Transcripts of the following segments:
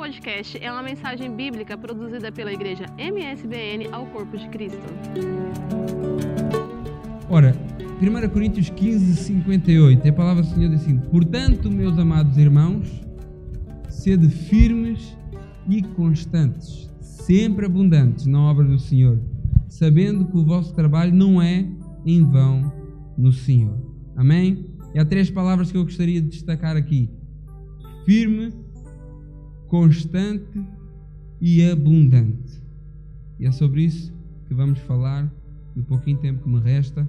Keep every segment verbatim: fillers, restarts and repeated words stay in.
podcast é uma mensagem bíblica produzida pela Igreja M S B N ao Corpo de Cristo. Ora, primeira Coríntios quinze, cinquenta e oito, a palavra do Senhor diz assim: portanto, meus amados irmãos, sede firmes e constantes, sempre abundantes na obra do Senhor, sabendo que o vosso trabalho não é em vão no Senhor. Amém? E há três palavras que eu gostaria de destacar aqui: firme, constante e abundante. E é sobre isso que vamos falar no pouquinho tempo que me resta.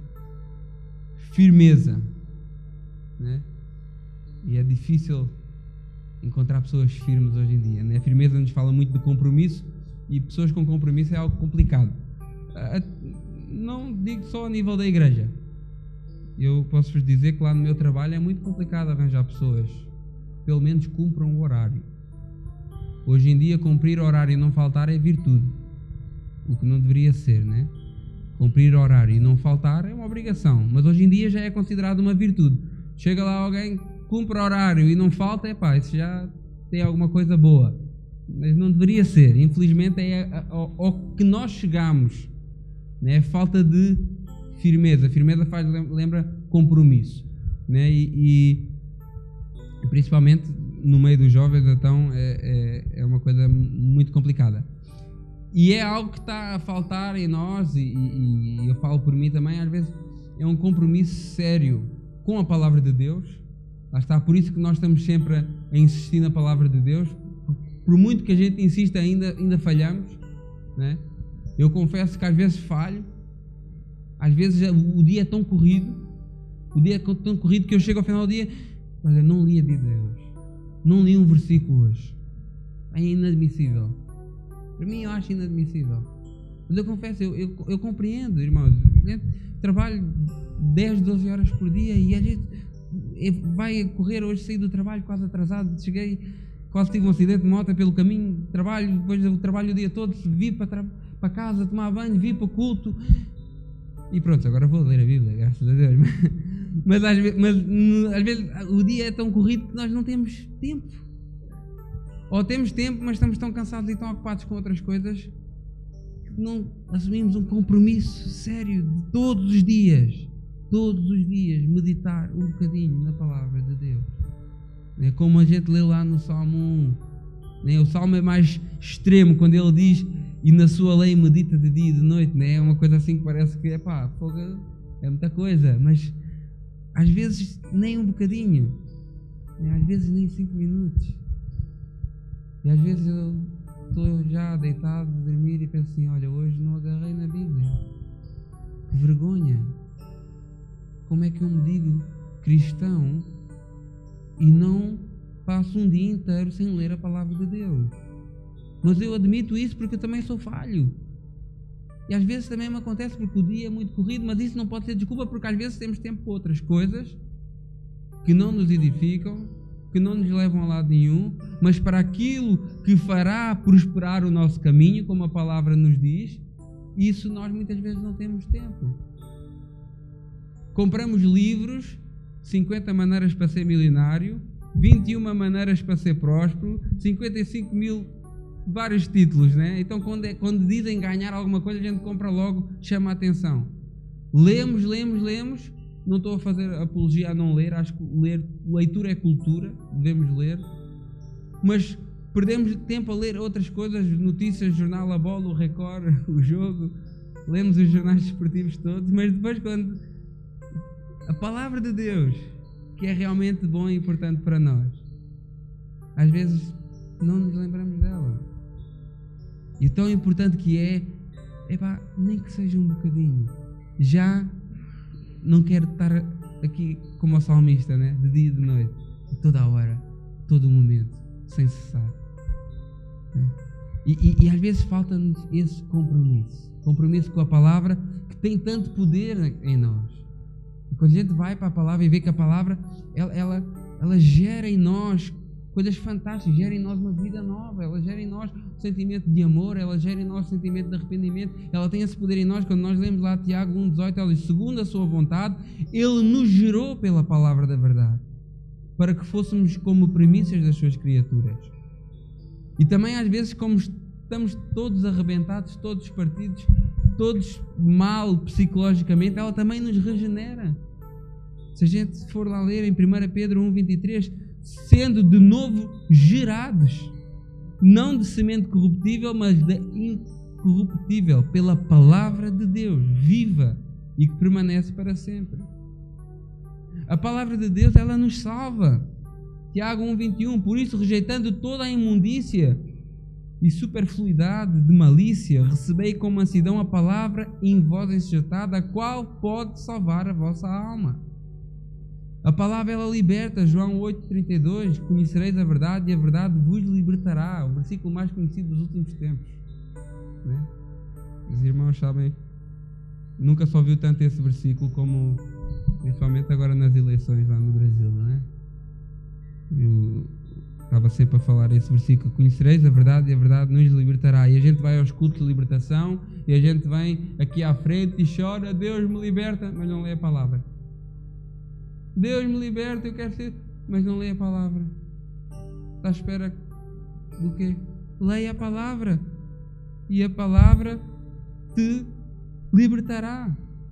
Firmeza, né? E é difícil encontrar pessoas firmes hoje em dia, né? A firmeza nos fala muito de compromisso, e pessoas com compromisso é algo complicado. Não digo só a nível da igreja. Eu posso-vos dizer que lá no meu trabalho é muito complicado arranjar pessoas que pelo menos cumpram o horário. Hoje em dia, cumprir horário e não faltar é virtude, o que não deveria ser, né? Cumprir horário e não faltar é uma obrigação, mas hoje em dia já é considerado uma virtude. Chega lá alguém, cumpre horário e não falta, é pá, isso já tem alguma coisa boa. Mas não deveria ser. Infelizmente é ao que nós chegamos, né? Falta de firmeza. Firmeza faz, lembra compromisso, né? E, e principalmente no meio dos jovens, então é, é, é uma coisa muito complicada. E é algo que está a faltar em nós, e, e, e eu falo por mim também, às vezes é um compromisso sério com a palavra de Deus. Lá está, por isso que nós estamos sempre a, a insistir na palavra de Deus. Por muito que a gente insista, ainda, ainda falhamos, né? Eu confesso que às vezes falho, às vezes o dia é tão corrido, o dia é tão corrido que eu chego ao final do dia, olha, não li a Bíblia hoje, não li um versículo hoje, é inadmissível. Para mim eu acho inadmissível. Mas eu confesso, eu, eu, eu compreendo, irmãos. Eu trabalho dez, doze horas por dia e a gente vai correr hoje, saí do trabalho quase atrasado, cheguei, quase tive um acidente de moto pelo caminho, trabalho, depois eu trabalho o dia todo, vi para, tra- para casa, tomar banho, vi para o culto e pronto, agora vou ler a Bíblia, graças a Deus. Mas às vezes, mas, às vezes o dia é tão corrido que nós não temos tempo. Ou temos tempo, mas estamos tão cansados e tão ocupados com outras coisas que não assumimos um compromisso sério de todos os dias, todos os dias, meditar um bocadinho na palavra de Deus. É como a gente lê lá no Salmo um. Né? O Salmo é mais extremo, quando ele diz: e na sua lei medita de dia e de noite. Né? É uma coisa assim que parece que epá, é muita coisa, mas às vezes nem um bocadinho, né? Às vezes nem cinco minutos. E às vezes eu estou já deitado a dormir e penso assim: olha, hoje não agarrei na Bíblia, que vergonha. Como é que eu me digo cristão e não passo um dia inteiro sem ler a palavra de Deus? Mas eu admito isso porque eu também sou falho. E às vezes também me acontece porque o dia é muito corrido, mas isso não pode ser desculpa, porque às vezes temos tempo para outras coisas que não nos edificam, que não nos levam a lado nenhum, mas para aquilo que fará prosperar o nosso caminho, como a palavra nos diz, isso nós muitas vezes não temos tempo. Compramos livros, cinquenta maneiras para ser milionário, vinte e uma maneiras para ser próspero, cinquenta e cinco mil, vários títulos, né? Então quando, é, quando dizem ganhar alguma coisa, a gente compra logo, chama a atenção. Lemos, lemos, lemos. Não estou a fazer apologia a não ler, acho que ler, leitura é cultura, devemos ler, mas perdemos tempo a ler outras coisas, notícias, jornal, a bola, o Record, o jogo, lemos os jornais desportivos todos, mas depois quando a palavra de Deus, que é realmente bom e importante para nós, às vezes não nos lembramos dela. E tão importante que é, epá, nem que seja um bocadinho, já não quero estar aqui como o salmista, né? De dia e de noite, toda a hora, todo o momento, sem cessar. Né? E, e, e às vezes falta-nos esse compromisso, compromisso com a palavra, que tem tanto poder em nós. E quando a gente vai para a palavra e vê que a palavra, ela, ela, ela gera em nós coisas fantásticas, gera em nós uma vida nova, ela gera em nós um sentimento de amor, ela gera em nós um sentimento de arrependimento, ela tem esse poder em nós. Quando nós lemos lá Tiago um, dezoito, ela diz: segundo a sua vontade, Ele nos gerou pela palavra da verdade, para que fôssemos como primícias das suas criaturas. E também às vezes, como estamos todos arrebentados, todos partidos, todos mal psicologicamente, ela também nos regenera. Se a gente for lá ler em primeira Pedro um, vinte e três, sendo de novo gerados, não de semente corruptível, mas da incorruptível, pela palavra de Deus, viva e que permanece para sempre. A palavra de Deus, ela nos salva. Tiago um, vinte e um, por isso, rejeitando toda a imundícia e superfluidade de malícia, recebei com mansidão a palavra em vós enxertada, a qual pode salvar a vossa alma. A palavra, ela liberta. João oito, trinta e dois, conhecereis a verdade e a verdade vos libertará. O versículo mais conhecido dos últimos tempos, né? Os irmãos sabem, nunca só viu tanto esse versículo como, principalmente agora nas eleições lá no Brasil, não é? Eu estava sempre a falar esse versículo: conhecereis a verdade e a verdade nos libertará. E a gente vai aos cultos de libertação e a gente vem aqui à frente e chora: Deus me liberta, mas não lê a palavra. Deus me liberta, eu quero ser, mas não lê a palavra. Está à espera do quê? Leia a palavra e a palavra te libertará.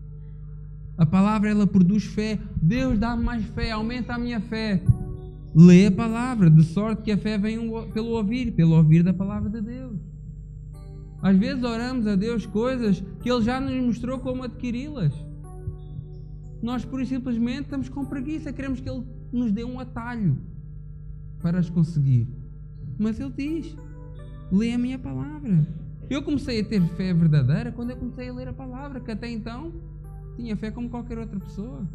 A palavra, ela produz fé. Deus dá-me mais fé, aumenta a minha fé. Lê a palavra, de sorte que a fé vem pelo ouvir, pelo ouvir da palavra de Deus. Às vezes oramos a Deus coisas que Ele já nos mostrou como adquiri-las. Nós, por e simplesmente, estamos com preguiça, queremos que Ele nos dê um atalho para as conseguir. Mas Ele diz: lê a minha palavra. Eu comecei a ter fé verdadeira quando eu comecei a ler a palavra, que até então tinha fé como qualquer outra pessoa.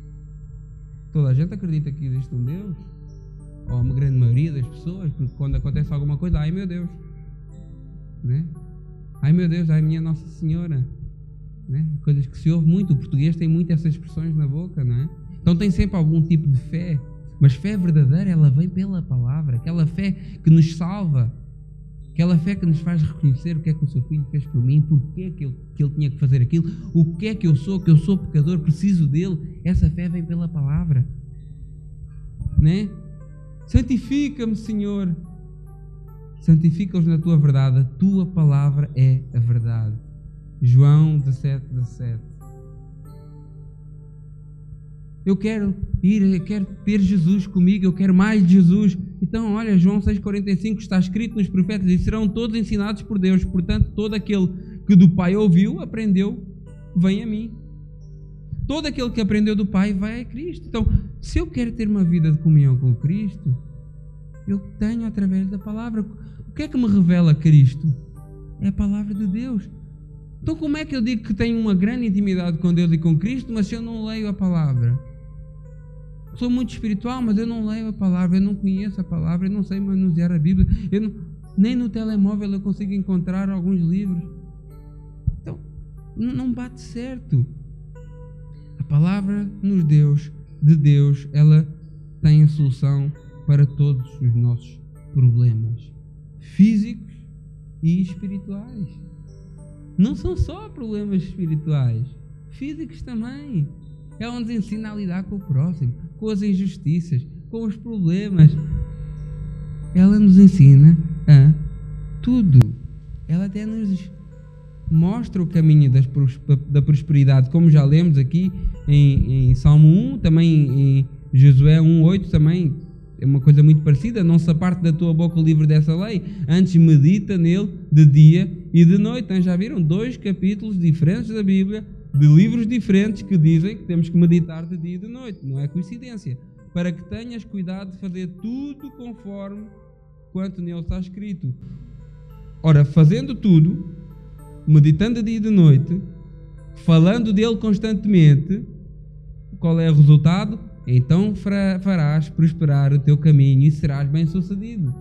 Toda a gente acredita que existe um Deus, ou uma grande maioria das pessoas, porque quando acontece alguma coisa, ai meu Deus, né? Ai meu Deus, ai minha Nossa Senhora, né? Coisas que se ouve muito. O português tem muito essas expressões na boca, não é? Então tem sempre algum tipo de fé, mas fé verdadeira, ela vem pela palavra, aquela fé que nos salva, aquela fé que nos faz reconhecer o que é que o seu filho fez por mim, porque é que ele, que ele tinha que fazer aquilo, o que é que eu sou, que eu sou pecador, preciso dele. Essa fé vem pela palavra, né? Santifica-me, Senhor, santifica-os na tua verdade, a tua palavra é a verdade. João dezassete, dezassete. Eu quero ir, eu quero ter Jesus comigo, eu quero mais de Jesus. Então, olha, João seis, quarenta e cinco, está escrito nos profetas: e serão todos ensinados por Deus. Portanto, todo aquele que do Pai ouviu, aprendeu, vem a mim. Todo aquele que aprendeu do Pai vai a Cristo. Então, se eu quero ter uma vida de comunhão com Cristo, eu tenho através da palavra. O que é que me revela Cristo? É a palavra de Deus. Então, como é que eu digo que tenho uma grande intimidade com Deus e com Cristo, mas se eu não leio a palavra? Sou muito espiritual, mas eu não leio a palavra, eu não conheço a palavra, eu não sei manusear a Bíblia, eu não, nem no telemóvel eu consigo encontrar alguns livros. Então, não bate certo. A palavra nos Deus, de Deus, ela tem a solução para todos os nossos problemas físicos e espirituais. Não são só problemas espirituais, físicos também. Ela nos ensina a lidar com o próximo, com as injustiças, com os problemas. Ela nos ensina a tudo. Ela até nos mostra o caminho das, da prosperidade, como já lemos aqui em, em Salmo um, também em Josué um, oito, também é uma coisa muito parecida. Não se aparte da tua boca o livro dessa lei, antes medita nele de dia e de noite. Então, já viram? Dois capítulos diferentes da Bíblia, de livros diferentes, que dizem que temos que meditar de dia e de noite. Não é coincidência. Para que tenhas cuidado de fazer tudo conforme quanto nele está escrito. Ora, fazendo tudo, meditando de dia e de noite, falando dele constantemente, qual é o resultado? Então farás prosperar o teu caminho e serás bem-sucedido.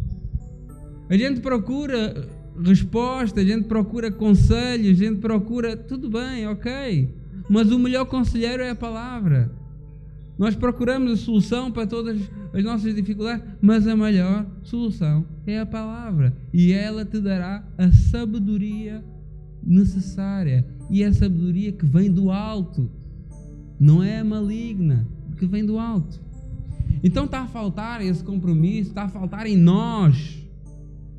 A gente procura resposta, a gente procura conselho, a gente procura, tudo bem, ok, mas o melhor conselheiro é a palavra. Nós procuramos a solução para todas as nossas dificuldades, mas a melhor solução é a palavra, e ela te dará a sabedoria necessária, e a sabedoria que vem do alto, não é maligna, que vem do alto. Então está a faltar esse compromisso, está a faltar em nós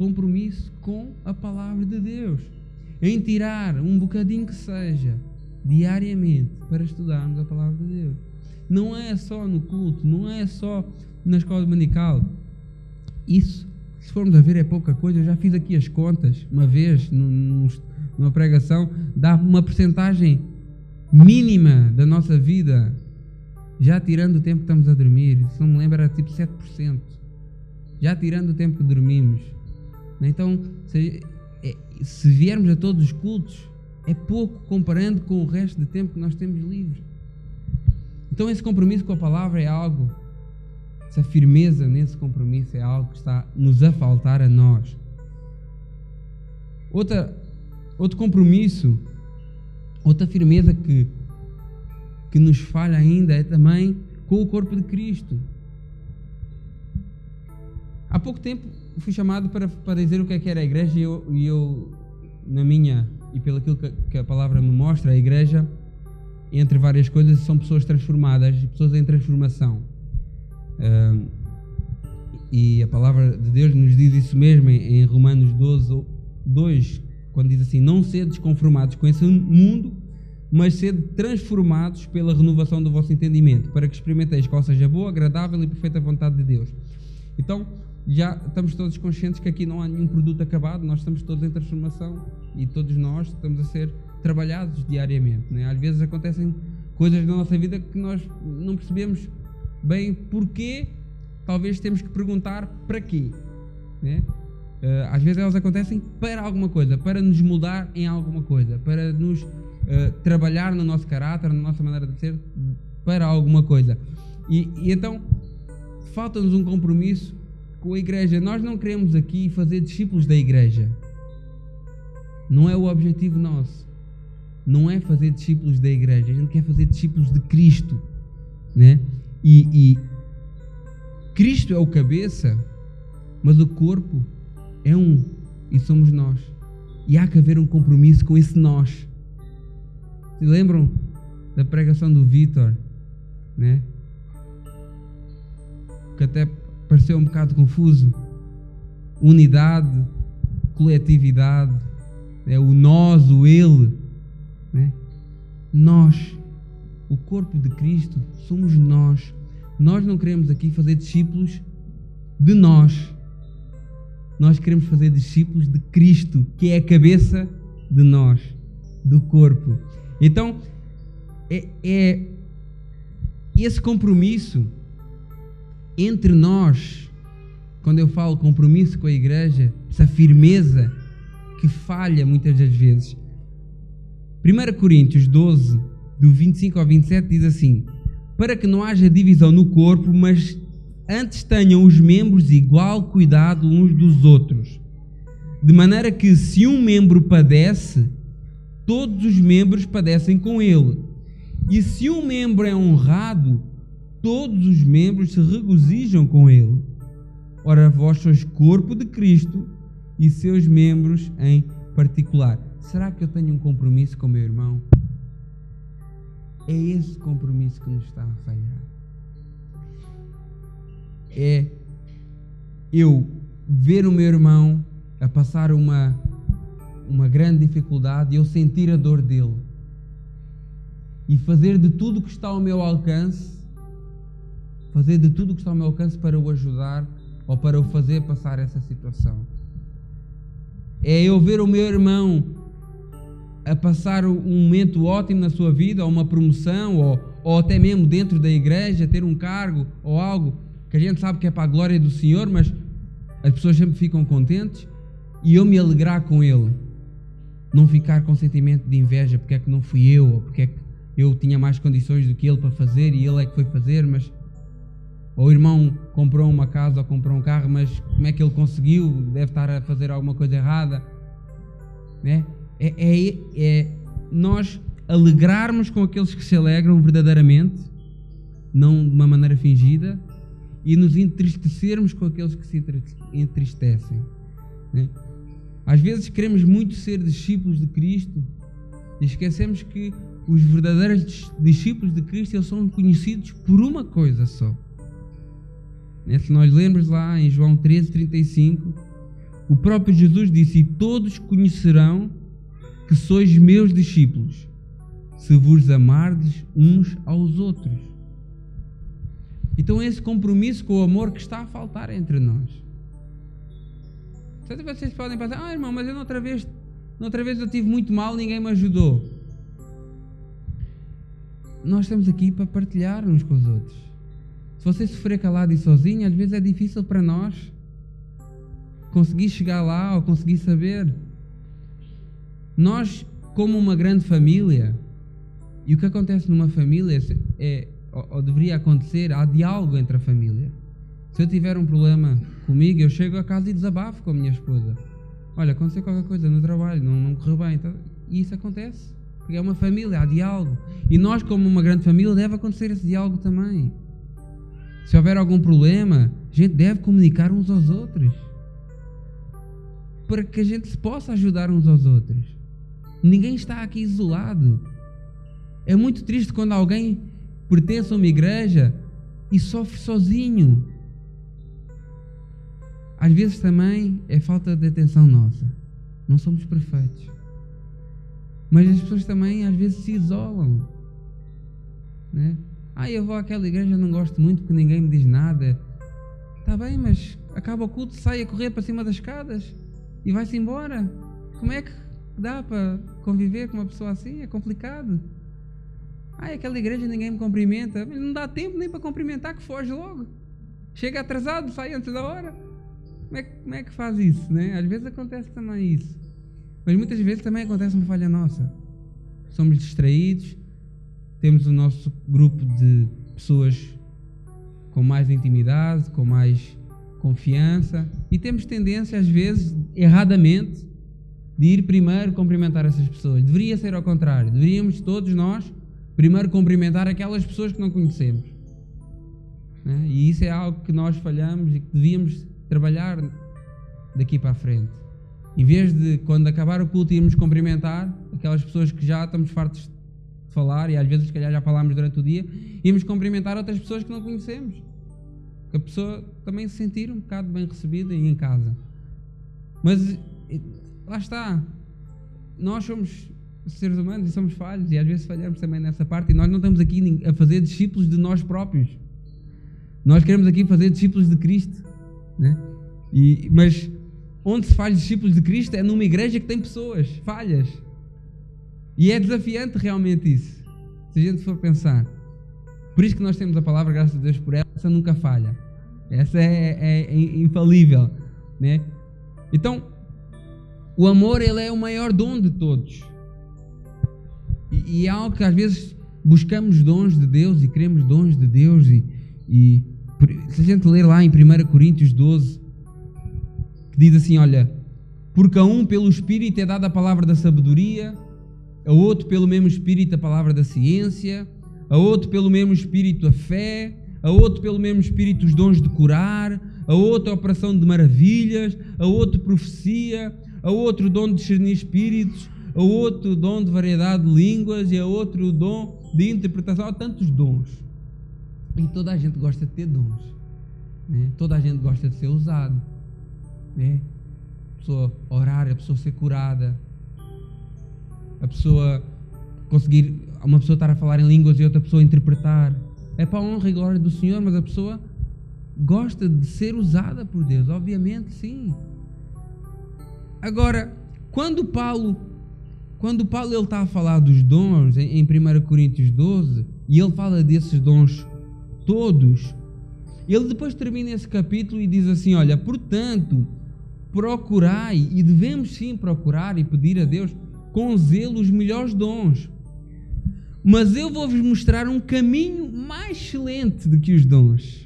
compromisso com a palavra de Deus, em tirar um bocadinho que seja diariamente para estudarmos a palavra de Deus. Não é só no culto, não é só na escola dominical. Isso, se formos a ver, é pouca coisa. Eu já fiz aqui as contas uma vez num, numa pregação, dá uma percentagem mínima da nossa vida, já tirando o tempo que estamos a dormir. Se não me lembro, era tipo sete por cento, já tirando o tempo que dormimos. Então, se, se viermos a todos os cultos, é pouco comparando com o resto do tempo que nós temos livre. Então esse compromisso com a palavra é algo, essa firmeza nesse compromisso é algo que está nos a faltar a nós. Outra, outro compromisso, outra firmeza que, que nos falha ainda é também com o corpo de Cristo. Há pouco tempo fui chamado para, para dizer o que é que era a igreja e eu, e eu na minha, e pelo aquilo que, que a palavra me mostra, a igreja, entre várias coisas, são pessoas transformadas, pessoas em transformação. Uh, e a palavra de Deus nos diz isso mesmo em, em Romanos doze, dois, quando diz assim: não sedes conformados com esse mundo, mas sede transformados pela renovação do vosso entendimento, para que experimenteis qual seja a boa, agradável e perfeita vontade de Deus. Então, já estamos todos conscientes que aqui não há nenhum produto acabado, nós estamos todos em transformação e todos nós estamos a ser trabalhados diariamente, né? Às vezes acontecem coisas na nossa vida que nós não percebemos bem porquê, talvez temos que perguntar para quê, né? Às vezes elas acontecem para alguma coisa, para nos mudar em alguma coisa, para nos uh, trabalhar no nosso caráter, na nossa maneira de ser, para alguma coisa. E, e então falta-nos um compromisso com a igreja. Nós não queremos aqui fazer discípulos da igreja. Não é o objetivo nosso. Não é fazer discípulos da igreja. A gente quer fazer discípulos de Cristo, né? E, e Cristo é o cabeça, mas o corpo é um, e somos nós. E há que haver um compromisso com esse nós. Se lembram da pregação do Vítor, né? Que até pareceu um bocado confuso. Unidade, coletividade, é o nós, o ele, né? Nós, o corpo de Cristo, somos nós. Nós não queremos aqui fazer discípulos de nós. Nós queremos fazer discípulos de Cristo, que é a cabeça de nós, do corpo. Então, é, é esse compromisso entre nós, quando eu falo compromisso com a igreja, essa firmeza que falha muitas das vezes. primeira Coríntios doze, do vinte e cinco ao vinte e sete, diz assim: para que não haja divisão no corpo, mas antes tenham os membros igual cuidado uns dos outros, de maneira que se um membro padece, todos os membros padecem com ele, e se um membro é honrado, todos os membros se regozijam com ele. Ora, vós sois corpo de Cristo e seus membros em particular. Será que eu tenho um compromisso com o meu irmão? É esse compromisso que nos está a falhar. É eu ver o meu irmão a passar uma, uma grande dificuldade e eu sentir a dor dele e fazer de tudo o que está ao meu alcance, fazer de tudo o que está ao meu alcance para o ajudar ou para o fazer passar essa situação. É eu ver o meu irmão a passar um momento ótimo na sua vida, ou uma promoção, ou, ou até mesmo dentro da igreja, ter um cargo ou algo que a gente sabe que é para a glória do Senhor, mas as pessoas sempre ficam contentes, e eu me alegrar com ele, não ficar com sentimento de inveja, porque é que não fui eu, ou porque é que eu tinha mais condições do que ele para fazer e ele é que foi fazer, mas ou o irmão comprou uma casa ou comprou um carro, mas como é que ele conseguiu? Deve estar a fazer alguma coisa errada, né? É, é, é nós alegrarmos com aqueles que se alegram verdadeiramente, não de uma maneira fingida, e nos entristecermos com aqueles que se entristecem, né? Às vezes queremos muito ser discípulos de Cristo e esquecemos que os verdadeiros discípulos de Cristo, eles são conhecidos por uma coisa só. Se nós lermos lá em João treze, trinta e cinco, O próprio Jesus disse: e todos conhecerão que sois meus discípulos, se vos amardes uns aos outros. Então esse compromisso com o amor que está a faltar entre nós. Certo? Vocês podem pensar: ah, irmão, mas eu outra vez, outra vez eu tive muito mal, ninguém me ajudou. Nós estamos aqui para partilhar uns com os outros. Se você sofrer calado e sozinho, às vezes é difícil para nós conseguir chegar lá ou conseguir saber. Nós, como uma grande família, e o que acontece numa família é, ou, ou deveria acontecer, há diálogo entre a família. Se eu tiver um problema comigo, eu chego a casa e desabafo com a minha esposa. Olha, aconteceu qualquer coisa no trabalho, não, não correu bem. Então, e isso acontece, porque é uma família, há diálogo. E nós, como uma grande família, deve acontecer esse diálogo também. Se houver algum problema, a gente deve comunicar uns aos outros, para que a gente se possa ajudar uns aos outros. Ninguém está aqui isolado. É muito triste quando alguém pertence a uma igreja e sofre sozinho. Às vezes também é falta de atenção nossa. Não somos perfeitos. Mas as pessoas também às vezes se isolam, né? Ah, eu vou àquela igreja, não gosto muito porque ninguém me diz nada. Está bem, mas acaba o culto, sai a correr para cima das escadas e vai-se embora. Como é que dá para conviver com uma pessoa assim? É complicado. Ah, aquela igreja ninguém me cumprimenta. Mas não dá tempo nem para cumprimentar, que foge logo. Chega atrasado, sai antes da hora. Como é, que, como é que faz isso, né? Às vezes acontece também isso. Mas muitas vezes também acontece uma falha nossa. Somos distraídos, temos o nosso grupo de pessoas com mais intimidade, com mais confiança, e temos tendência, às vezes, erradamente, de ir primeiro cumprimentar essas pessoas. Deveria ser ao contrário. Deveríamos todos nós primeiro cumprimentar aquelas pessoas que não conhecemos, né? E isso é algo que nós falhamos e que devíamos trabalhar daqui para a frente. Em vez de, quando acabar o culto, irmos cumprimentar aquelas pessoas que já estamos fartos de falar, e às vezes se calhar já falámos durante o dia, irmos cumprimentar outras pessoas que não conhecemos, que a pessoa também se sentir um bocado bem recebida e em casa. Mas lá está, nós somos seres humanos e somos falhos, e às vezes falhamos também nessa parte, e nós não estamos aqui a fazer discípulos de nós próprios. Nós queremos aqui fazer discípulos de Cristo, né? E, mas onde se faz discípulos de Cristo é numa igreja que tem pessoas falhas. E é desafiante realmente isso, se a gente for pensar. Por isso que nós temos a palavra, graças a Deus por ela, essa nunca falha. Essa é, é, é infalível, né? Então, o amor, ele é o maior dom de todos. E, e é algo que às vezes buscamos dons de Deus e queremos dons de Deus. E, e se a gente ler lá em primeira Coríntios doze, que diz assim, olha, porque a um pelo Espírito é dada a palavra da sabedoria, a outro pelo mesmo Espírito a palavra da ciência, a outro pelo mesmo Espírito a fé, a outro pelo mesmo Espírito os dons de curar, a outro a operação de maravilhas, a outro profecia, a outro dom de discernir espíritos, a outro dom de variedade de línguas e a outro dom de interpretação. Há tantos dons. E toda a gente gosta de ter dons, né? Toda a gente gosta de ser usado, né? A pessoa orar, a pessoa ser curada, a pessoa conseguir, uma pessoa estar a falar em línguas e outra pessoa interpretar. É para a honra e glória do Senhor, mas a pessoa gosta de ser usada por Deus, obviamente, sim. Agora, quando Paulo, quando Paulo ele está a falar dos dons em, em primeira Coríntios doze, e ele fala desses dons todos, ele depois termina esse capítulo e diz assim, olha, portanto, procurai, e devemos sim procurar e pedir a Deus com zelo os melhores dons, mas eu vou-vos mostrar um caminho mais excelente do que os dons.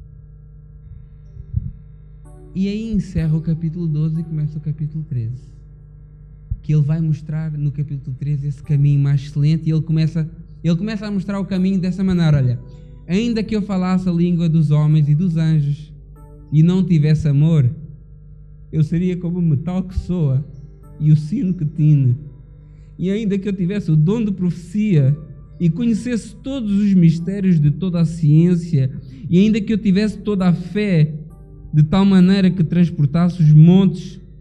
E aí encerra o capítulo doze e começa o capítulo treze, que ele vai mostrar no capítulo treze esse caminho mais excelente, e ele começa, ele começa a mostrar o caminho dessa maneira, olha, ainda que eu falasse a língua dos homens e dos anjos e não tivesse amor, eu seria como o metal que soa e o sino que tine. E ainda que eu tivesse o dom de profecia e conhecesse todos os mistérios de toda a ciência, e ainda que eu tivesse toda a fé, de tal maneira que transportasse os montes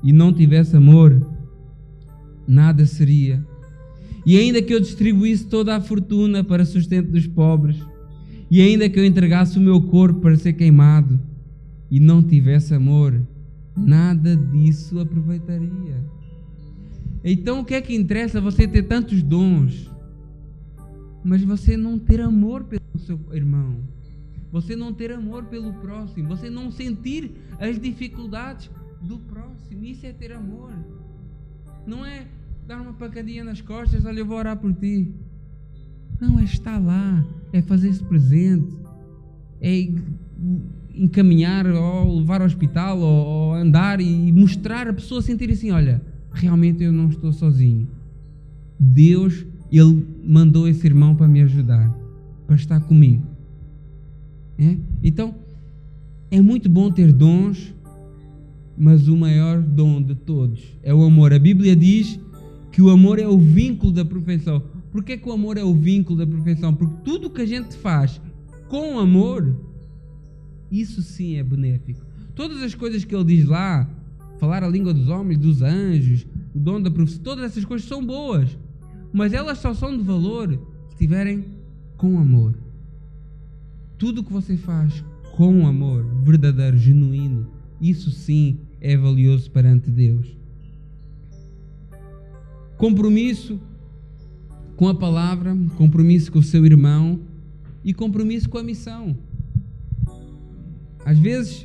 e não tivesse amor, nada seria. E ainda que eu distribuísse toda a fortuna para sustento dos pobres, e ainda que eu entregasse o meu corpo para ser queimado, e não tivesse amor, nada disso aproveitaria. Então o que é que interessa você ter tantos dons, mas você não ter amor pelo seu irmão, você não ter amor pelo próximo, você não sentir as dificuldades do próximo? Isso é ter amor. Não é dar uma pancadinha nas costas, olha, eu vou orar por ti. Não, é estar lá, é fazer-se presente, é encaminhar ou levar ao hospital ou andar e mostrar a pessoa, sentir assim, olha, realmente eu não estou sozinho. Deus, Ele mandou esse irmão para me ajudar, para estar comigo. É? Então, é muito bom ter dons, mas o maior dom de todos é o amor. A Bíblia diz que o amor é o vínculo da perfeição. Por que que o amor é o vínculo da perfeição? Porque tudo que a gente faz com amor, isso sim é benéfico. Todas as coisas que ele diz lá, falar a língua dos homens, dos anjos, o dom da profecia, todas essas coisas são boas, mas elas só são de valor se estiverem com amor. Tudo o que você faz com amor, verdadeiro, genuíno, isso sim é valioso perante Deus. Compromisso com a palavra, compromisso com o seu irmão e compromisso com a missão. Às vezes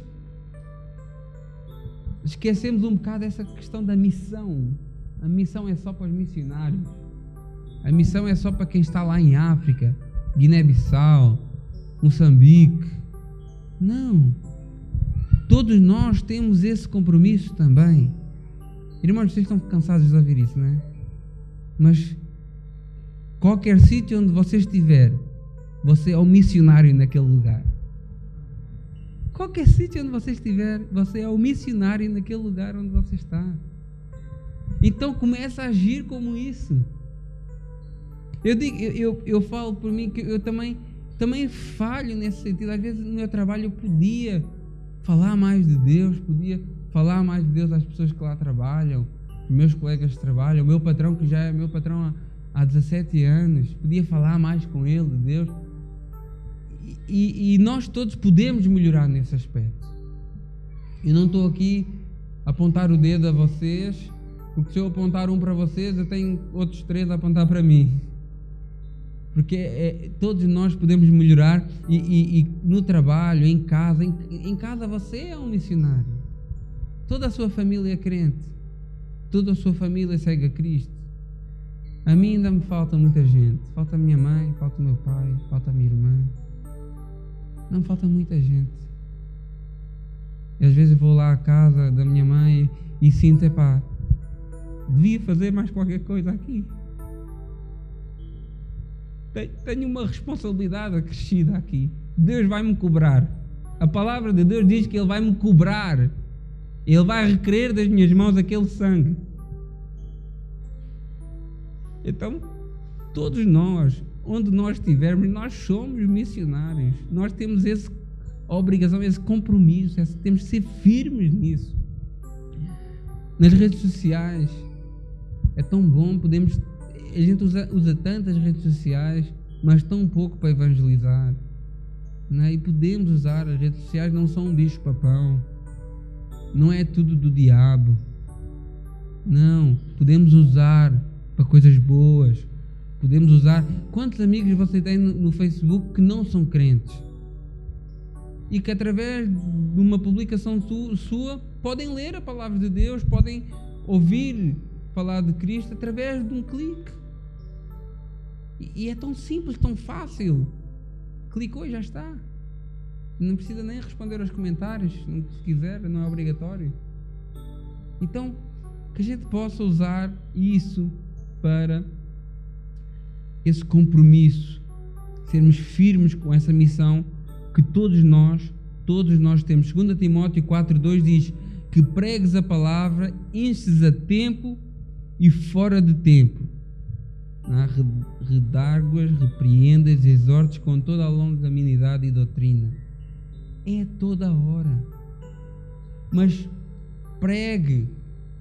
esquecemos um bocado essa questão da missão. A missão é só para os missionários. A missão é só para quem está lá em África, Guiné-Bissau, Moçambique. Não. Todos nós temos esse compromisso também. Irmãos, vocês estão cansados de ouvir isso, não é? Mas qualquer sítio onde você estiver, você é o missionário naquele lugar. Qualquer sítio onde você estiver, você é o missionário naquele lugar onde você está. Então começa a agir como isso. Eu, digo, eu, eu, eu falo por mim que eu também, também falho nesse sentido. Às vezes no meu trabalho eu podia falar mais de Deus, podia falar mais de Deus às pessoas que lá trabalham, meus colegas que trabalham, o meu patrão que já é meu patrão há, há dezassete anos, podia falar mais com ele de Deus. E, e nós todos podemos melhorar nesse aspecto. Eu não estou aqui a apontar o dedo a vocês, porque se eu apontar um para vocês, eu tenho outros três a apontar para mim. Porque é, todos nós podemos melhorar e, e, e no trabalho, em casa, em, em casa você é um missionário. Toda a sua família é crente. Toda a sua família segue a Cristo. A mim ainda me falta muita gente. Falta a minha mãe, falta o meu pai, falta a minha irmã. Não falta muita gente. E às vezes eu vou lá à casa da minha mãe e, e sinto, epá, devia fazer mais qualquer coisa aqui. Tenho uma responsabilidade acrescida aqui. Deus vai me cobrar. A palavra de Deus diz que Ele vai me cobrar. Ele vai requerer das minhas mãos aquele sangue. Então, todos nós, onde nós estivermos, nós somos missionários. Nós temos essa obrigação, esse compromisso, esse, temos de ser firmes nisso. Nas redes sociais, é tão bom, podemos, a gente usa, usa tantas redes sociais, mas tão pouco para evangelizar. Não é? E podemos usar, as redes sociais não são um bicho papão, não é tudo do diabo. Não, podemos usar para coisas boas. Podemos usar. Quantos amigos você tem no, no Facebook que não são crentes? E que através de uma publicação tu, sua podem ler a palavra de Deus, podem ouvir falar de Cristo através de um clique. E, e é tão simples, tão fácil. Clicou e já está. Não precisa nem responder aos comentários, se quiser, não é obrigatório. Então, que a gente possa usar isso para esse compromisso, sermos firmes com essa missão que todos nós, todos nós temos. Segundo Timóteo quatro dois diz que pregues a palavra, enches a tempo e fora de tempo. Redarguas, repreendas, exortes com toda a longanimidade e doutrina. É toda a hora. Mas pregue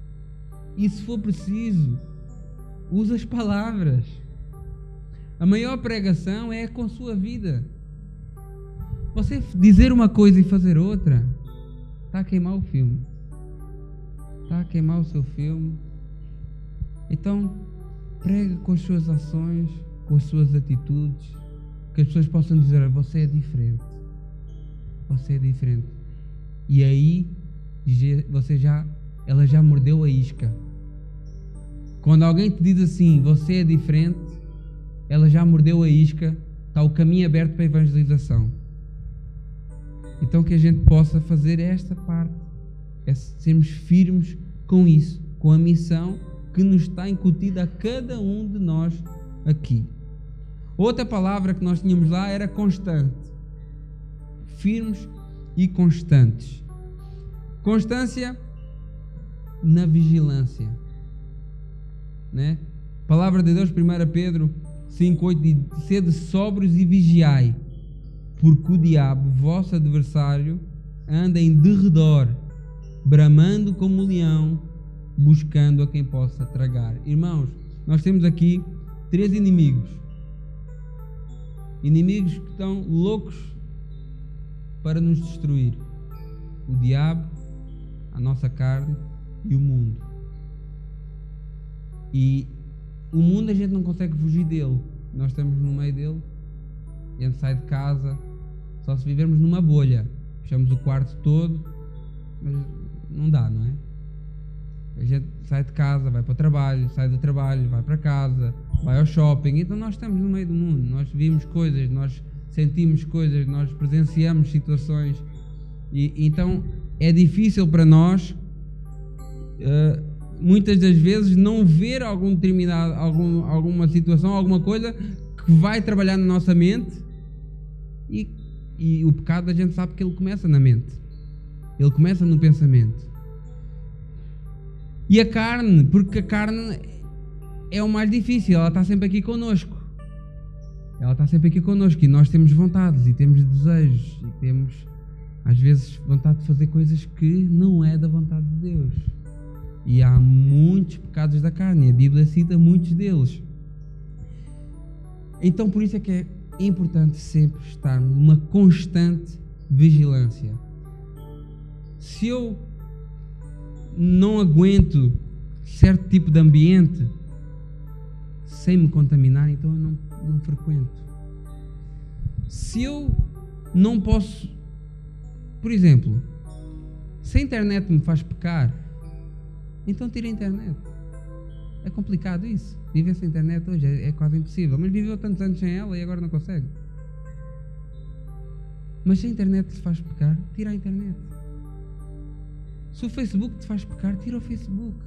E se for preciso, usa as palavras. A maior pregação é com a sua vida. Você dizer uma coisa e fazer outra, está a queimar o filme. Está a queimar o seu filme. Então, prega com as suas ações, com as suas atitudes, que as pessoas possam dizer: você é diferente. Você é diferente. E aí, você já, ela já mordeu a isca. Quando alguém te diz assim: você é diferente, ela já mordeu a isca, está o caminho aberto para a evangelização. Então que a gente possa fazer esta parte, é sermos firmes com isso, com a missão que nos está incutida a cada um de nós aqui. Outra palavra que nós tínhamos lá era constante. Firmes e constantes. Constância na vigilância, né? Palavra de Deus, primeira Pedro cinco, oito, diz: sede sóbrios e vigiai, porque o diabo, vosso adversário, anda em derredor, bramando como um leão, buscando a quem possa tragar. Irmãos, nós temos aqui três inimigos. Inimigos que estão loucos para nos destruir: o diabo, a nossa carne e o mundo. E o mundo a gente não consegue fugir dele. Nós estamos no meio dele. A gente sai de casa, só se vivermos numa bolha. Fechamos o quarto todo, mas não dá, não é? A gente sai de casa, vai para o trabalho, sai do trabalho, vai para casa, vai ao shopping. Então nós estamos no meio do mundo. Nós vimos coisas, nós sentimos coisas, nós presenciamos situações. E então é difícil para nós, uh, muitas das vezes, não ver algum determinado, algum, alguma situação, alguma coisa que vai trabalhar na nossa mente. E, e o pecado, a gente sabe que ele começa na mente, ele começa no pensamento. E a carne, porque a carne é o mais difícil, ela está sempre aqui connosco. Ela está sempre aqui connosco e nós temos vontades e temos desejos e temos, às vezes, vontade de fazer coisas que não é da vontade de Deus. E há muitos pecados da carne, a Bíblia cita muitos deles. Então, por isso é que é importante sempre estar numa constante vigilância. Se eu não aguento certo tipo de ambiente sem me contaminar, então eu não, não frequento. Se eu não posso, por exemplo, se a internet me faz pecar, então tira a internet. É complicado isso. Viver sem internet hoje é, é quase impossível. Mas viveu tantos anos sem ela e agora não consegue. Mas se a internet te faz pecar, tira a internet. Se o Facebook te faz pecar, tira o Facebook.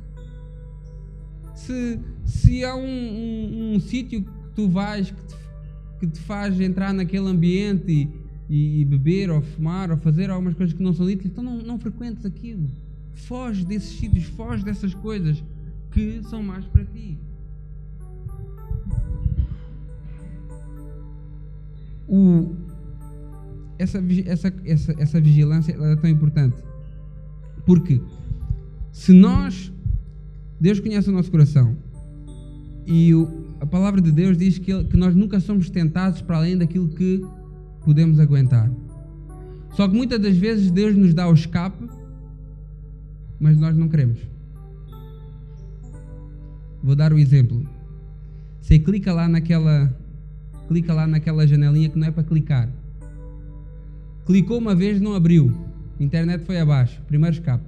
Se, se há um, um, um sítio que tu vais que te, que te faz entrar naquele ambiente e, e, e beber ou fumar ou fazer algumas coisas que não são ditas, então não, não frequentes aquilo. Foge desses sítios, foge dessas coisas que são más para ti. O, essa, essa, essa, essa vigilância é tão importante. Porque se nós, Deus conhece o nosso coração e o, a palavra de Deus diz que, que nós nunca somos tentados para além daquilo que podemos aguentar. Só que muitas das vezes Deus nos dá o escape, mas nós não queremos. Vou dar o exemplo. Você clica lá naquela, clica lá naquela janelinha que não é para clicar. Clicou uma vez, não abriu. A internet foi abaixo. Primeiro escape.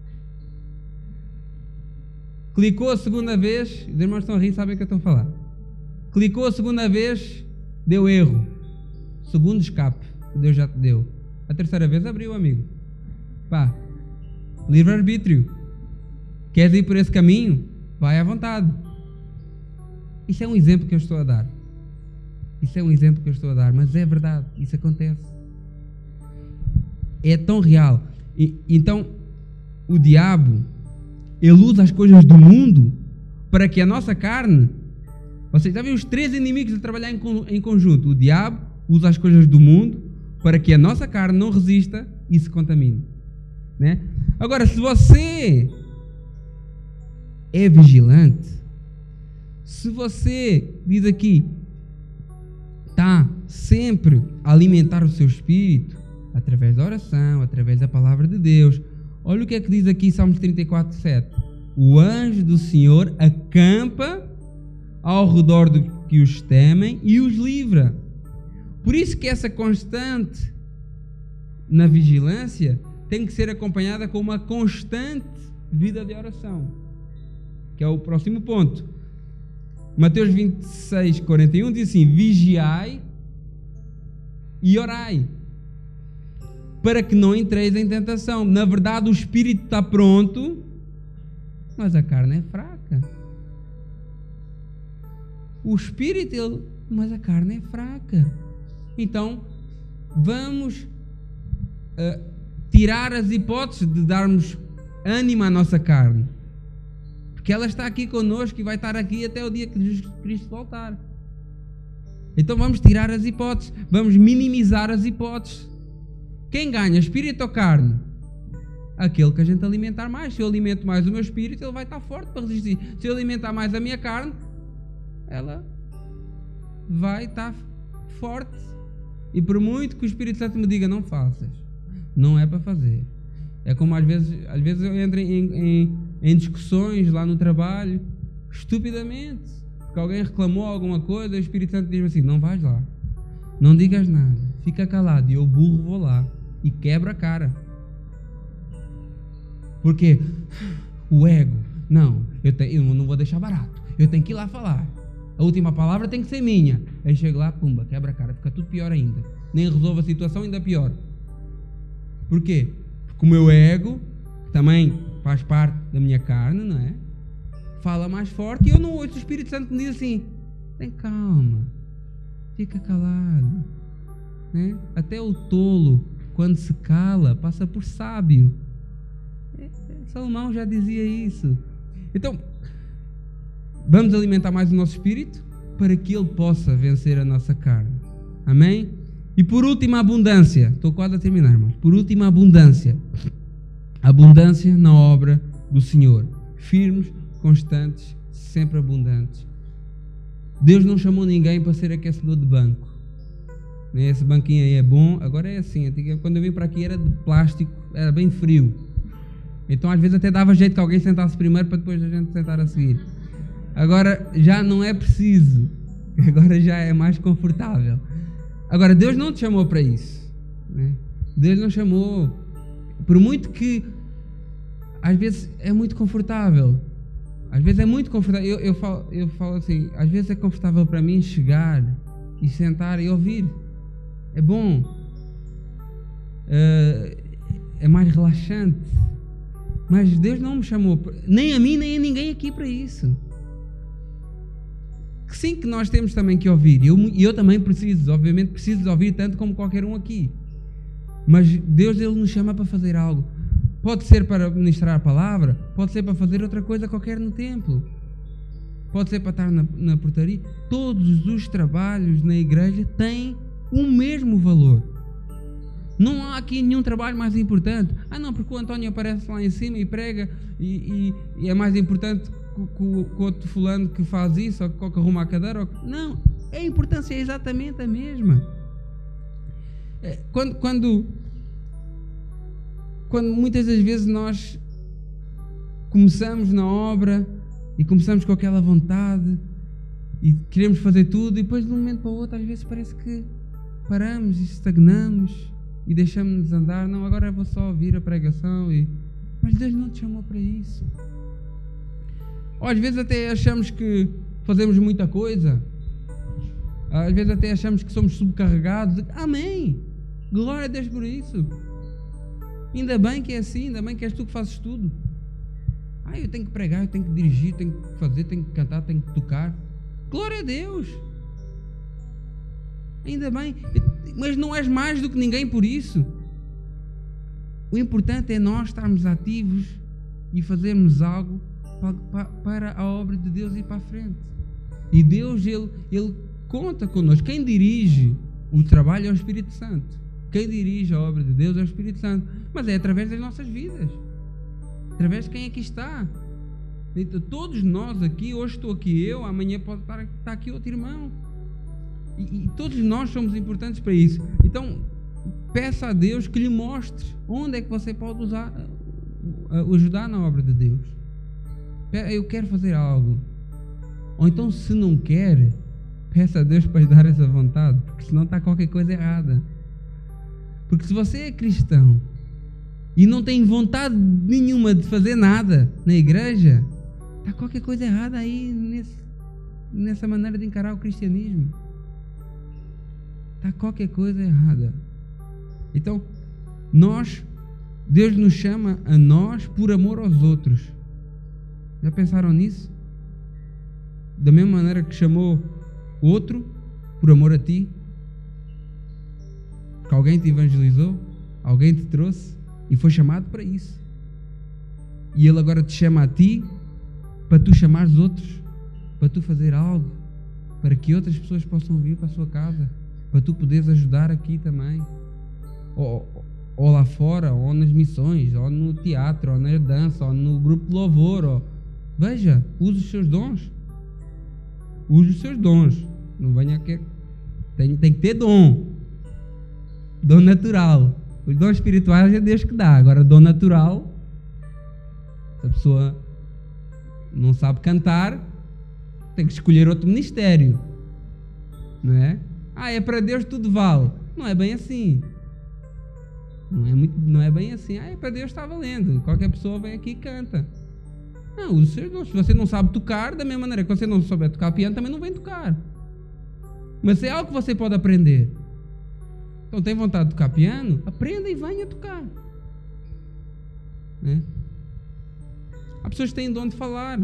Clicou a segunda vez, os irmãos estão a rir, sabem o que eu estou a falar. Clicou a segunda vez, deu erro. Segundo escape, Deus já te deu. A terceira vez abriu, amigo. Pá, livre-arbítrio. Queres ir por esse caminho? Vai à vontade. Isso é um exemplo que eu estou a dar. Isso é um exemplo que eu estou a dar, mas é verdade, isso acontece. É tão real. E, então, o diabo, ele usa as coisas do mundo para que a nossa carne... Vocês já viram os três inimigos a trabalhar em, em conjunto. O diabo usa as coisas do mundo para que a nossa carne não resista e se contamine. Né? Agora, se você é vigilante, se você, diz aqui, está sempre a alimentar o seu espírito, através da oração, através da palavra de Deus, olha o que é que diz aqui Salmos trinta e quatro, sete. O anjo do Senhor acampa ao redor do que os temem e os livra. Por isso que essa constante na vigilância tem que ser acompanhada com uma constante vida de oração, que é o próximo ponto. Mateus vinte e seis, quarenta e um diz assim: vigiai e orai, para que não entreis em tentação. Na verdade, o espírito está pronto, mas a carne é fraca. O espírito, ele, mas a carne é fraca. Então, vamos uh, tirar as hipóteses de darmos ânimo à nossa carne, porque ela está aqui connosco e vai estar aqui até o dia que Jesus Cristo voltar. Então vamos tirar as hipóteses, vamos minimizar as hipóteses. Quem ganha, espírito ou carne? Aquele que a gente alimentar mais. Se eu alimento mais o meu espírito, ele vai estar forte para resistir. Se eu alimentar mais a minha carne, ela vai estar forte. E por muito que o Espírito Santo me diga, não faças, não é para fazer. É como às vezes, às vezes eu entro em, em, em discussões lá no trabalho, estupidamente, porque alguém reclamou alguma coisa, o Espírito Santo diz assim, não vais lá, não digas nada, fica calado, e eu burro vou lá e quebro a cara. Porque o ego, não, eu, te, eu não vou deixar barato, eu tenho que ir lá falar. A última palavra tem que ser minha. Aí chego lá, pumba, quebra a cara, fica tudo pior ainda. Nem resolve a situação, ainda pior. Por quê? Porque o meu ego, que também faz parte da minha carne, não é? Fala mais forte e eu não ouço o Espírito Santo que me diz assim, tem calma, fica calado. Né? Até o tolo, quando se cala, passa por sábio. Salomão já dizia isso. Então, vamos alimentar mais o nosso espírito para que ele possa vencer a nossa carne. Amém? E por último, a abundância. Estou quase a terminar, irmãos. Por último, a abundância. Abundância na obra do Senhor. Firmes, constantes, sempre abundantes. Deus não chamou ninguém para ser aquecedor de banco. Esse banquinho aí é bom. Agora é assim. Quando eu vim para aqui era de plástico, era bem frio. Então às vezes até dava jeito que alguém sentasse primeiro para depois a gente sentar a seguir. Agora já não é preciso. Agora já é mais confortável. Agora Deus não te chamou para isso, né? Deus não chamou. Por muito que às vezes é muito confortável. Às vezes é muito confortável. Eu, eu, falo, eu falo assim, às vezes é confortável para mim chegar e sentar e ouvir. É bom. Uh, é mais relaxante. Mas Deus não me chamou, nem a mim, nem a ninguém aqui para isso. Sim, que nós temos também que ouvir. E eu, eu também preciso, obviamente, preciso de ouvir tanto como qualquer um aqui. Mas Deus, Ele nos chama para fazer algo. Pode ser para ministrar a palavra, pode ser para fazer outra coisa qualquer no templo. Pode ser para estar na, na portaria. Todos os trabalhos na igreja têm o mesmo valor. Não há aqui nenhum trabalho mais importante. Ah não, porque o António aparece lá em cima e prega e, e, e é mais importante que o outro fulano que faz isso, ou que arruma a cadeira. Ou que... Não, a importância é exatamente a mesma. Quando, quando, quando muitas das vezes nós começamos na obra e começamos com aquela vontade e queremos fazer tudo e depois de um momento para o outro às vezes parece que paramos e estagnamos e deixamos-nos andar. Não, agora eu vou só ouvir a pregação e... Mas Deus não te chamou para isso. Ou às vezes até achamos que fazemos muita coisa. Às vezes até achamos que somos subcarregados. Amém! Glória a Deus por isso. Ainda bem que é assim, ainda bem que és tu que fazes tudo. Ah, eu tenho que pregar, eu tenho que dirigir, tenho que fazer, tenho que cantar, tenho que tocar. Glória a Deus! Ainda bem, mas não és mais do que ninguém por isso. O importante é nós estarmos ativos e fazermos algo para, para a obra de Deus ir para a frente. E Deus, Ele, Ele conta connosco. Quem dirige o trabalho é o Espírito Santo. Quem dirige a obra de Deus é o Espírito Santo. Mas é através das nossas vidas. Através de quem aqui está. Então, todos nós aqui, hoje estou aqui eu, amanhã pode estar, estar aqui outro irmão. E, e todos nós somos importantes para isso. Então, peça a Deus que lhe mostre onde é que você pode usar, ajudar na obra de Deus. Eu quero fazer algo. Ou então, se não quer, peça a Deus para lhe dar essa vontade, porque senão está qualquer coisa errada. Porque se você é cristão e não tem vontade nenhuma de fazer nada na igreja, está qualquer coisa errada aí nesse, nessa maneira de encarar o cristianismo. Está qualquer coisa errada. Então, nós, Deus nos chama a nós por amor aos outros. Já pensaram nisso? Da mesma maneira que chamou outro por amor a ti? Que alguém te evangelizou, alguém te trouxe e foi chamado para isso. E Ele agora te chama a ti para tu chamares outros, para tu fazer algo, para que outras pessoas possam vir para a sua casa, para tu poderes ajudar aqui também, ou, ou lá fora, ou nas missões, ou no teatro, ou na dança, ou no grupo de louvor. Ou... Veja, use os seus dons. Use os seus dons. Não venha aqui. Tem, tem que ter dom. Dom natural. Os dons espirituais é Deus que dá. Agora, dom natural, se a pessoa não sabe cantar, tem que escolher outro ministério. Não é? Ah, é para Deus tudo vale. Não é bem assim. Não é, muito, não é bem assim. Ah, é para Deus está valendo. Qualquer pessoa vem aqui e canta. Não, use os seus dons. Se você não sabe tocar, da mesma maneira que você não souber tocar piano, também não vem tocar. Mas se é algo que você pode aprender. Então tem vontade de tocar piano? Aprenda e venha tocar. Né? Há pessoas que têm dom de falar.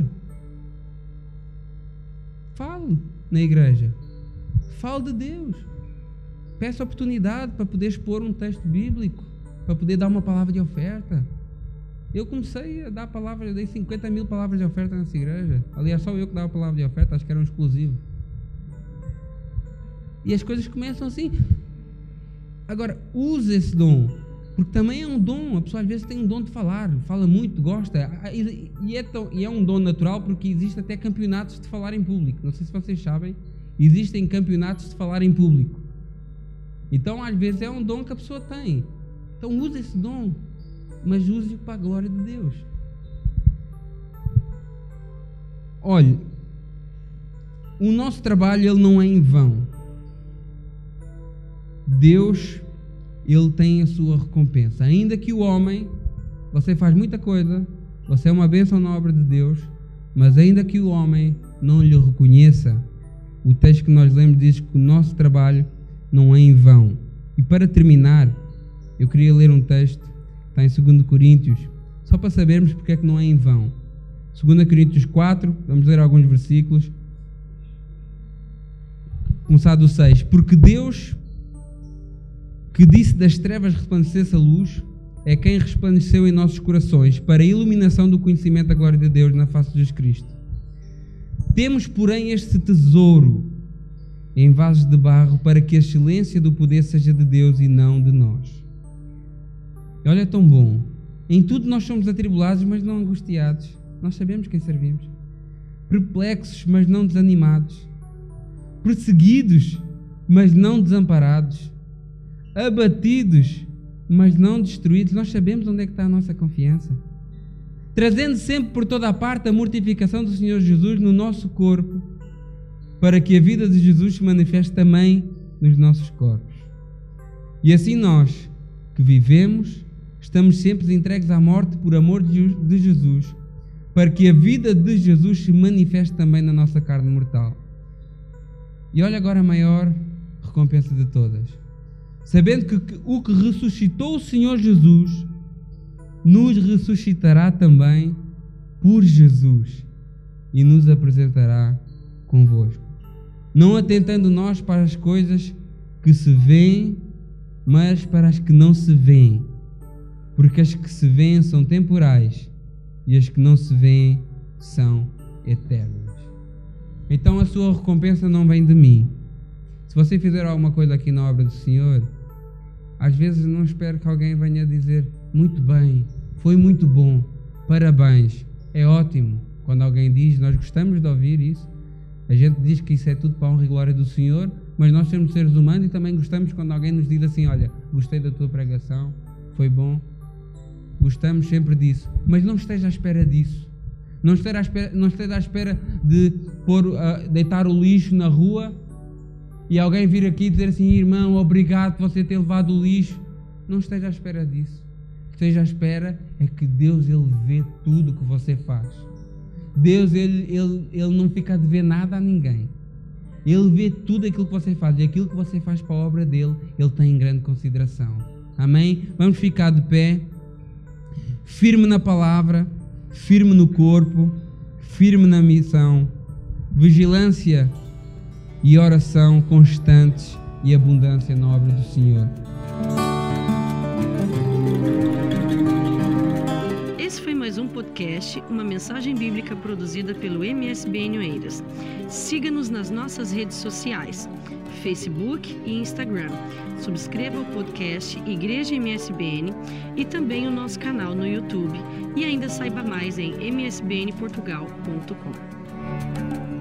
Fale na igreja. Fale de Deus. Peça oportunidade para poder expor um texto bíblico, para poder dar uma palavra de oferta. Eu comecei a dar palavras, eu dei cinquenta mil palavras de oferta nessa igreja. Aliás, só eu que dava palavra de oferta, acho que era um exclusivo. E as coisas começam assim. Agora, use esse dom, porque também é um dom. A pessoa às vezes tem um dom de falar, fala muito, gosta, e é, tão, e é um dom natural, porque existe até campeonatos de falar em público. Não sei se vocês sabem, existem campeonatos de falar em público. Então, às vezes, é um dom que a pessoa tem. Então, use esse dom, mas use-o para a glória de Deus. Olhe, o nosso trabalho ele não é em vão. Deus, Ele tem a sua recompensa. Ainda que o homem, você faz muita coisa, você é uma bênção na obra de Deus, mas ainda que o homem não lhe reconheça, o texto que nós lemos diz que o nosso trabalho não é em vão. E para terminar, eu queria ler um texto, está em dois Coríntios, só para sabermos porque é que não é em vão. dois Coríntios quatro, vamos ler alguns versículos. Começar do seis. Porque Deus, que disse das trevas resplandecesse a luz, é quem resplandeceu em nossos corações para a iluminação do conhecimento da glória de Deus na face de Jesus Cristo. Temos, porém, este tesouro em vasos de barro para que a excelência do poder seja de Deus e não de nós. E olha, é tão bom. Em tudo nós somos atribulados, mas não angustiados. Nós sabemos quem servimos. Perplexos, mas não desanimados. Perseguidos, mas não desamparados. Abatidos, mas não destruídos. Nós sabemos onde é que está a nossa confiança. Trazendo sempre por toda a parte a mortificação do Senhor Jesus no nosso corpo, para que a vida de Jesus se manifeste também nos nossos corpos. E assim nós, que vivemos, estamos sempre entregues à morte por amor de Jesus, para que a vida de Jesus se manifeste também na nossa carne mortal. E olha agora a maior recompensa de todas. Sabendo que o que ressuscitou o Senhor Jesus, nos ressuscitará também por Jesus e nos apresentará convosco. Não atentando nós para as coisas que se veem, mas para as que não se veem. Porque as que se veem são temporais e as que não se veem são eternas. Então a sua recompensa não vem de mim. Se você fizer alguma coisa aqui na obra do Senhor, às vezes não espero que alguém venha dizer: muito bem, foi muito bom, parabéns, é ótimo. Quando alguém diz, nós gostamos de ouvir isso. A gente diz que isso é tudo para a honra e glória do Senhor, mas nós somos seres humanos e também gostamos quando alguém nos diz assim, olha, gostei da tua pregação, foi bom. Gostamos sempre disso. Mas não esteja à espera disso. Não esteja à espera, não esteja à espera de pôr, uh, deitar o lixo na rua e alguém vir aqui e dizer assim, irmão, obrigado por você ter levado o lixo. Não esteja à espera disso. Esteja à espera é que Deus, Ele vê tudo o que você faz. Deus, ele, ele, ele não fica a dever nada a ninguém. Ele vê tudo aquilo que você faz. E aquilo que você faz para a obra dele, Ele tem em grande consideração. Amém? Vamos ficar de pé. Firme na palavra, firme no corpo, firme na missão. Vigilância e oração constantes e abundância na obra do Senhor. Esse foi mais um podcast, uma mensagem bíblica produzida pelo M S B N Oeiras. Siga-nos nas nossas redes sociais, Facebook e Instagram. Subscreva o podcast Igreja M S B N e também o nosso canal no YouTube. E ainda saiba mais em m s b n portugal ponto com.